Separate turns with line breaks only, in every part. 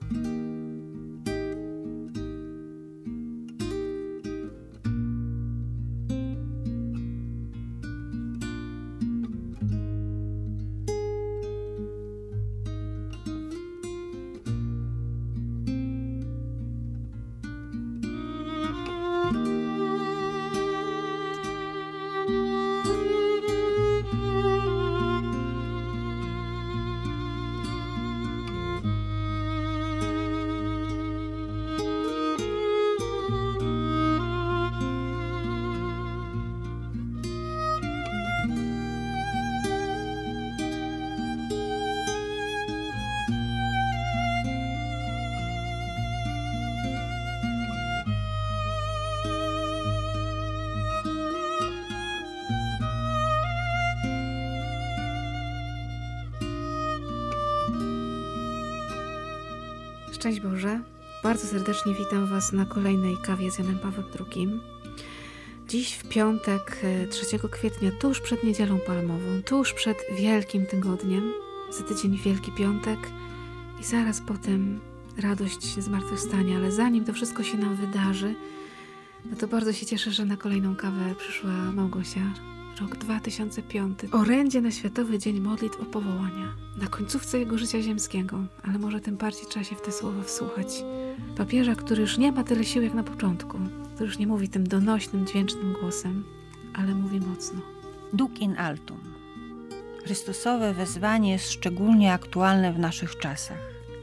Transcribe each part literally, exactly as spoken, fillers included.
Szczęść Boże, bardzo serdecznie witam Was na kolejnej kawie z Janem Pawłem drugim. Dziś w piątek, trzeciego kwietnia, tuż przed Niedzielą Palmową, tuż przed Wielkim Tygodniem, za tydzień Wielki Piątek i zaraz potem radość zmartwychwstania, ale zanim to wszystko się nam wydarzy, no to bardzo się cieszę, że na kolejną kawę przyszła Małgosia. Rok dwa tysiące piąty. Orędzie na Światowy Dzień Modlitw o Powołania. Na końcówce jego życia ziemskiego, ale może tym bardziej trzeba się w te słowa wsłuchać. Papieża, który już nie ma tyle sił jak na początku, który już nie mówi tym donośnym, dźwięcznym głosem, ale mówi mocno.
Duc in altum. Chrystusowe wezwanie jest szczególnie aktualne w naszych czasach,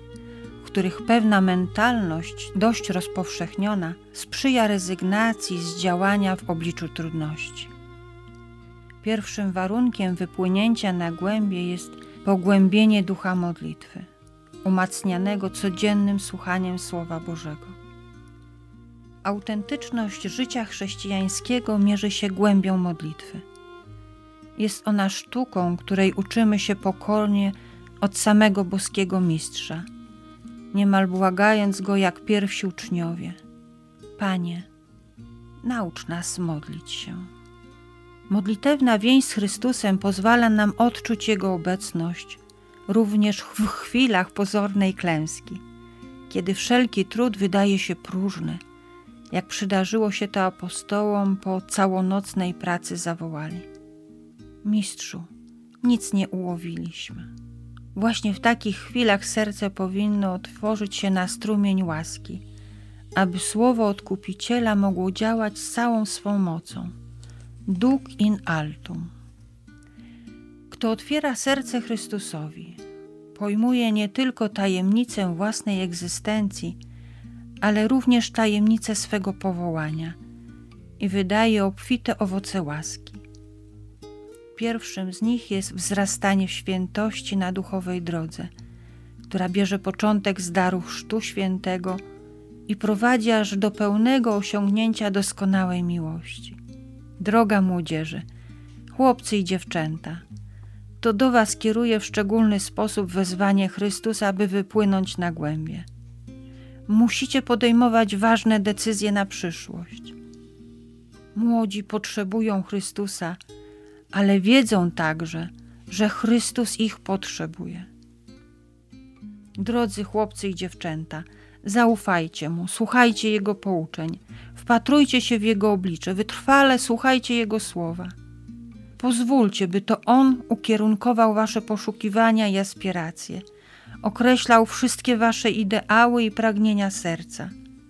w których pewna mentalność, dość rozpowszechniona, sprzyja rezygnacji z działania w obliczu trudności. Pierwszym warunkiem wypłynięcia na głębie jest pogłębienie ducha modlitwy, umacnianego codziennym słuchaniem Słowa Bożego. Autentyczność życia chrześcijańskiego mierzy się głębią modlitwy. Jest ona sztuką, której uczymy się pokornie od samego boskiego mistrza, niemal błagając go jak pierwsi uczniowie: Panie, naucz nas modlić się. Modlitewna więź z Chrystusem pozwala nam odczuć Jego obecność również w chwilach pozornej klęski, kiedy wszelki trud wydaje się próżny, jak przydarzyło się to apostołom po całonocnej pracy zawołali: Mistrzu, nic nie ułowiliśmy. Właśnie w takich chwilach serce powinno otworzyć się na strumień łaski, aby słowo Odkupiciela mogło działać z całą swą mocą. Duc in altum. Kto otwiera serce Chrystusowi, pojmuje nie tylko tajemnicę własnej egzystencji, ale również tajemnicę swego powołania i wydaje obfite owoce łaski. Pierwszym z nich jest wzrastanie w świętości na duchowej drodze, która bierze początek z daru chrztu świętego i prowadzi aż do pełnego osiągnięcia doskonałej miłości. Droga młodzieży, chłopcy i dziewczęta, to do was kieruje w szczególny sposób wezwanie Chrystusa, aby wypłynąć na głębie. Musicie podejmować ważne decyzje na przyszłość. Młodzi potrzebują Chrystusa, ale wiedzą także, że Chrystus ich potrzebuje. Drodzy chłopcy i dziewczęta, zaufajcie Mu, słuchajcie Jego pouczeń, wpatrujcie się w Jego oblicze, wytrwale słuchajcie Jego słowa. Pozwólcie, by to On ukierunkował wasze poszukiwania i aspiracje, określał wszystkie wasze ideały i pragnienia serca.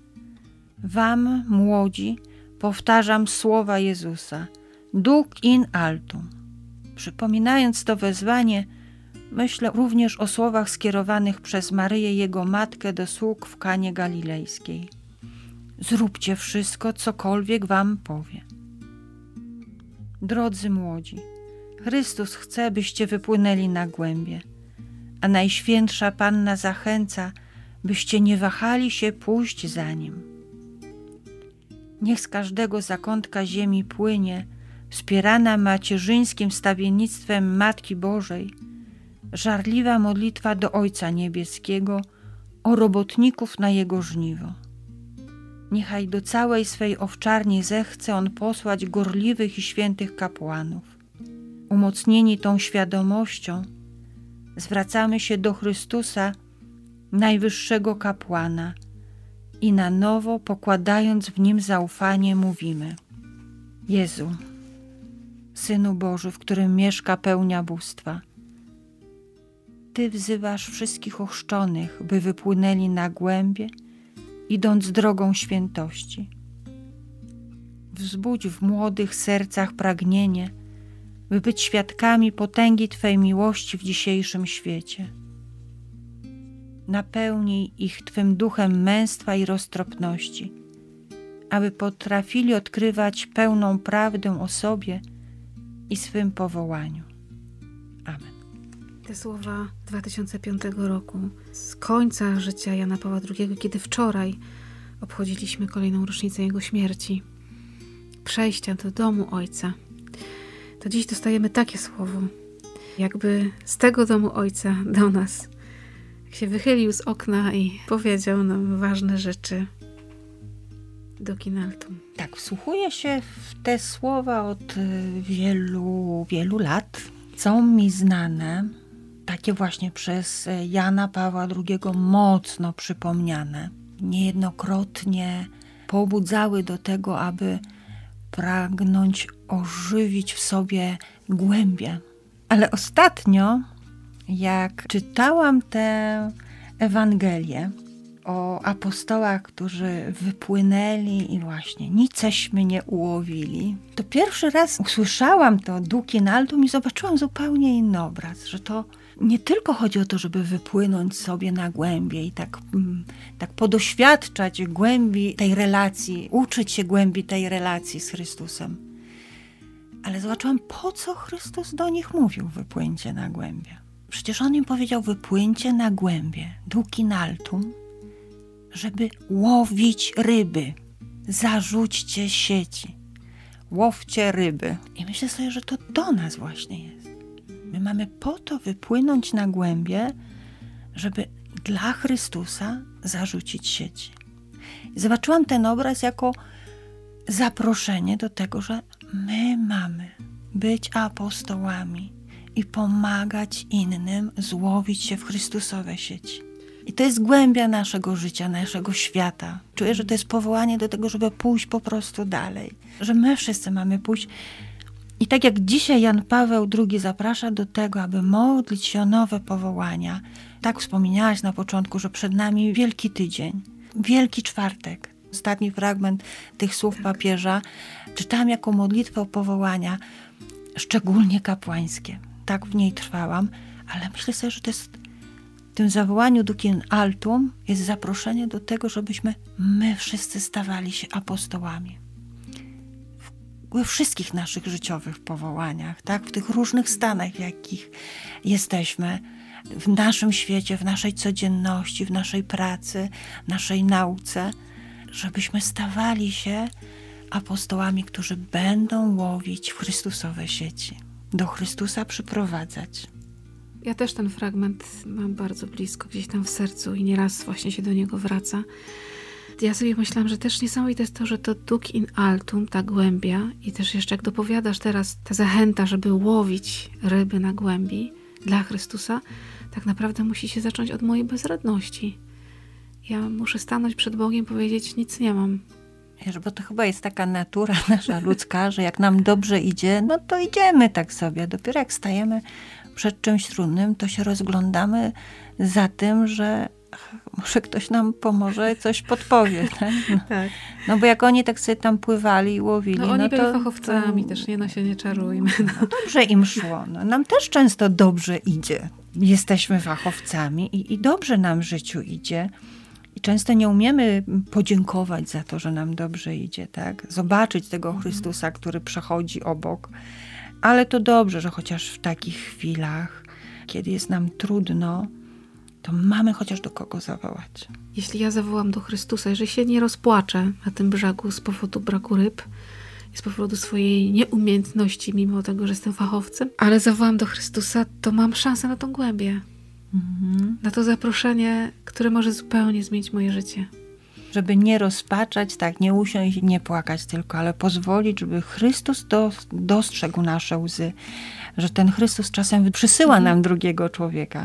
Wam, młodzi, powtarzam słowa Jezusa: Duc in altum. Przypominając to wezwanie, myślę również o słowach skierowanych przez Maryję, Jego matkę, do sług w Kanie Galilejskiej. Zróbcie wszystko, cokolwiek wam powie. Drodzy młodzi, Chrystus chce, byście wypłynęli na głębie, a Najświętsza Panna zachęca, byście nie wahali się pójść za Nim. Niech z każdego zakątka ziemi płynie, wspierana macierzyńskim wstawiennictwem Matki Bożej, żarliwa modlitwa do Ojca Niebieskiego o robotników na Jego żniwo. Niechaj do całej swej owczarni zechce On posłać gorliwych i świętych kapłanów. Umocnieni tą świadomością, zwracamy się do Chrystusa najwyższego kapłana i na nowo, pokładając w nim zaufanie, mówimy: Jezu, Synu Boży, w którym mieszka pełnia bóstwa, Ty wzywasz wszystkich ochrzczonych, by wypłynęli na głębie, idąc drogą świętości. Wzbudź w młodych sercach pragnienie, by być świadkami potęgi Twej miłości w dzisiejszym świecie. Napełnij ich Twym duchem męstwa i roztropności, aby potrafili odkrywać pełną prawdę o sobie i swym powołaniu. Amen.
Te słowa dwa tysiące piątego roku, z końca życia Jana Pawła drugiego, kiedy wczoraj obchodziliśmy kolejną rocznicę jego śmierci, przejścia do domu Ojca, to dziś dostajemy takie słowo, jakby z tego domu Ojca do nas, jak się wychylił z okna i powiedział nam ważne rzeczy. Duc in altum.
Tak, wsłuchuję się w te słowa od wielu, wielu lat. Są mi znane, takie właśnie przez Jana Pawła drugiego mocno przypomniane. Niejednokrotnie pobudzały do tego, aby pragnąć ożywić w sobie głębię. Ale ostatnio, jak czytałam tę Ewangelię o apostołach, którzy wypłynęli i właśnie niceśmy nie ułowili, to pierwszy raz usłyszałam to Duc in altum i zobaczyłam zupełnie inny obraz, że to nie tylko chodzi o to, żeby wypłynąć sobie na głębię i tak, tak podoświadczać głębi tej relacji, uczyć się głębi tej relacji z Chrystusem. Ale zobaczyłam, po co Chrystus do nich mówił: wypłyńcie na głębie. Przecież On im powiedział: wypłyńcie na głębie, Duc in altum, żeby łowić ryby. Zarzućcie sieci, łowcie ryby. I myślę sobie, że to do nas właśnie jest. My mamy po to wypłynąć na głębie, żeby dla Chrystusa zarzucić sieci. I zobaczyłam ten obraz jako zaproszenie do tego, że my mamy być apostołami i pomagać innym złowić się w Chrystusowe sieci. I to jest głębia naszego życia, naszego świata. Czuję, że to jest powołanie do tego, żeby pójść po prostu dalej. Że my wszyscy mamy pójść. I tak jak dzisiaj Jan Paweł drugi zaprasza do tego, aby modlić się o nowe powołania. Tak wspomniałaś na początku, że przed nami Wielki Tydzień, Wielki Czwartek. Ostatni fragment tych słów papieża czytałam jako modlitwę o powołania, szczególnie kapłańskie. Tak w niej trwałam, ale myślę sobie, że to jest w tym zawołaniu Duc in altum jest zaproszenie do tego, żebyśmy my wszyscy stawali się apostołami. We wszystkich naszych życiowych powołaniach, tak? W tych różnych stanach, w jakich jesteśmy, w naszym świecie, w naszej codzienności, w naszej pracy, w naszej nauce, żebyśmy stawali się apostołami, którzy będą łowić w Chrystusowe sieci, do Chrystusa przyprowadzać.
Ja też ten fragment mam bardzo blisko, gdzieś tam w sercu i nieraz właśnie się do niego wraca. Ja sobie myślałam, że też niesamowite jest to, że to Duc in altum, ta głębia, i też jeszcze jak dopowiadasz teraz, ta zachęta, żeby łowić ryby na głębi dla Chrystusa, tak naprawdę musi się zacząć od mojej bezradności. Ja muszę stanąć przed Bogiem i powiedzieć: nic nie mam.
Wiesz, bo to chyba jest taka natura nasza ludzka, że jak nam dobrze idzie, no to idziemy tak sobie. Dopiero jak stajemy przed czymś trudnym, to się rozglądamy za tym, że może ktoś nam pomoże, coś podpowie. Tak? No,
tak.
No bo jak oni tak sobie tam pływali i łowili,
no, oni
no
byli
to
fachowcami
to,
też, nie no się nie czarujmy. No.
No dobrze im szło. No, nam też często dobrze idzie. Jesteśmy fachowcami i, i dobrze nam w życiu idzie. I często nie umiemy podziękować za to, że nam dobrze idzie, tak? Zobaczyć tego Chrystusa, który przechodzi obok. Ale to dobrze, że chociaż w takich chwilach, kiedy jest nam trudno, to mamy chociaż do kogo zawołać.
Jeśli ja zawołam do Chrystusa, jeżeli się nie rozpłaczę na tym brzegu z powodu braku ryb i z powodu swojej nieumiejętności, mimo tego, że jestem fachowcem, ale zawołam do Chrystusa, to mam szansę na tą głębię. Mhm. Na to zaproszenie, które może zupełnie zmienić moje życie.
Żeby nie rozpaczać, tak, nie usiąść i nie płakać tylko, ale pozwolić, żeby Chrystus do, dostrzegł nasze łzy. Że ten Chrystus czasem przysyła mhm. nam drugiego człowieka,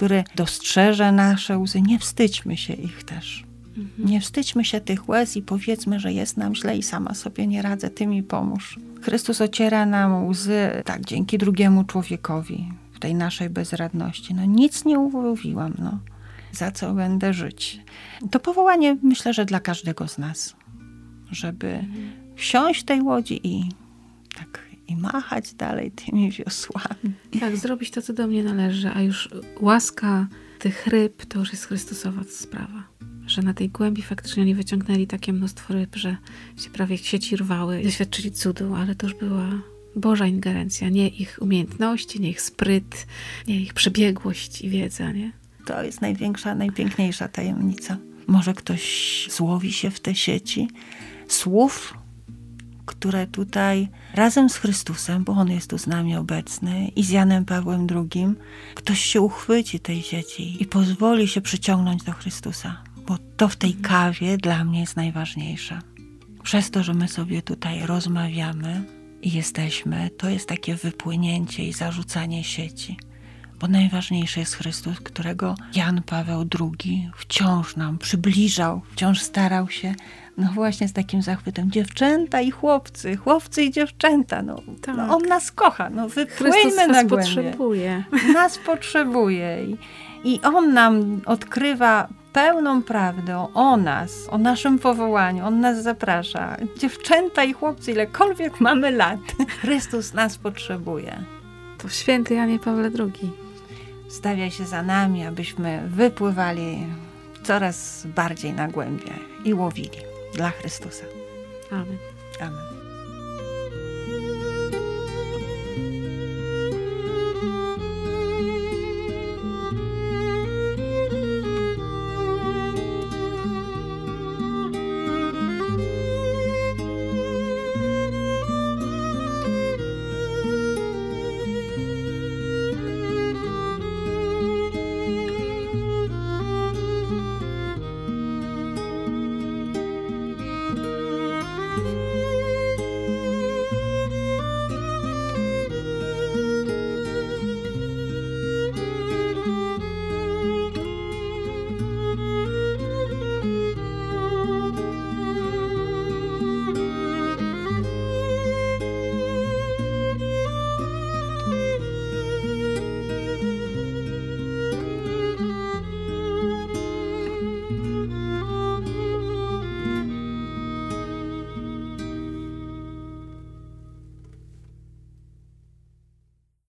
który dostrzeże nasze łzy. Nie wstydźmy się ich też. Mhm. Nie wstydźmy się tych łez i powiedzmy, że jest nam źle i sama sobie nie radzę, Ty mi pomóż. Chrystus ociera nam łzy, tak, dzięki drugiemu człowiekowi, w tej naszej bezradności. No nic nie ułowiłam, no. Za co będę żyć? To powołanie, myślę, że dla każdego z nas, żeby mhm. wsiąść w tej łodzi i tak i machać dalej tymi wiosłami.
Tak, zrobić to, co do mnie należy, a już łaska tych ryb to już jest Chrystusowa sprawa. Że na tej głębi faktycznie oni wyciągnęli takie mnóstwo ryb, że się prawie jak sieci rwały i doświadczyli cudu, ale to już była Boża ingerencja, nie ich umiejętności, nie ich spryt, nie ich przebiegłość i wiedza, nie?
To jest największa, najpiękniejsza tajemnica. Może ktoś złowi się w te sieci słów, które tutaj razem z Chrystusem, bo On jest tu z nami obecny i z Janem Pawłem drugim, ktoś się uchwyci tej sieci i pozwoli się przyciągnąć do Chrystusa, bo to w tej kawie dla mnie jest najważniejsze. Przez to, że my sobie tutaj rozmawiamy i jesteśmy, to jest takie wypłynięcie i zarzucanie sieci. Bo najważniejszy jest Chrystus, którego Jan Paweł drugi wciąż nam przybliżał, wciąż starał się, no właśnie z takim zachwytem, dziewczęta i chłopcy, chłopcy i dziewczęta, no, tak. no on nas kocha, no wypłyńmy na głębie.
Nas potrzebuje.
Nas potrzebuje i, i On nam odkrywa pełną prawdę o nas, o naszym powołaniu, On nas zaprasza. Dziewczęta i chłopcy, ilekolwiek mamy lat, Chrystus nas potrzebuje.
To święty Janie Pawle drugi.
Stawia się za nami, abyśmy wypływali coraz bardziej na głębie i łowili dla Chrystusa.
Amen.
Amen.